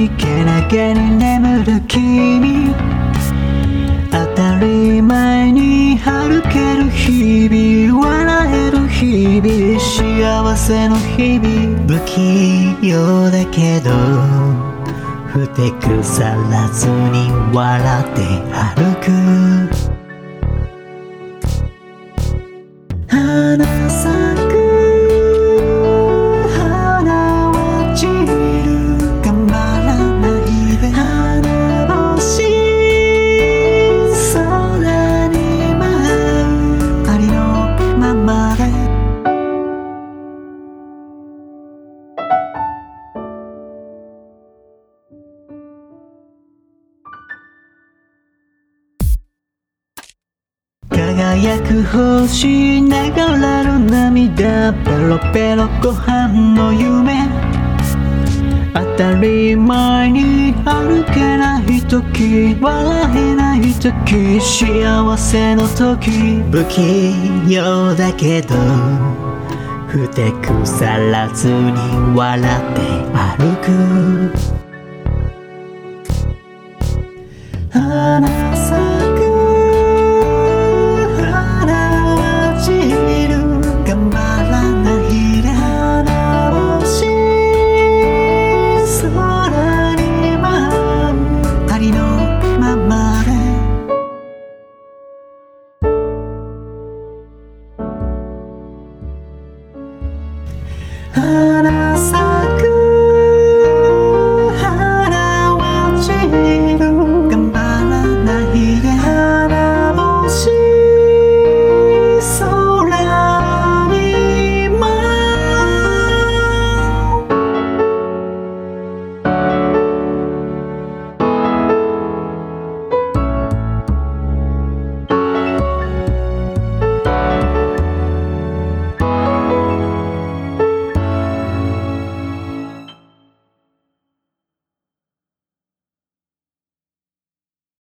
けなげに眠る君、当たり前に歩ける日々、笑える日々、幸せの日々。不器用だけどふてくさらずに笑って歩く。花咲く花は散る、頑張らないで花星空に舞う、ありのままで。輝く星、流れる涙、ペロペロご飯の夢。当たり前に歩けない時、笑えない時、幸せの時。不器用だけどふてくさらずに笑って歩く。花咲く花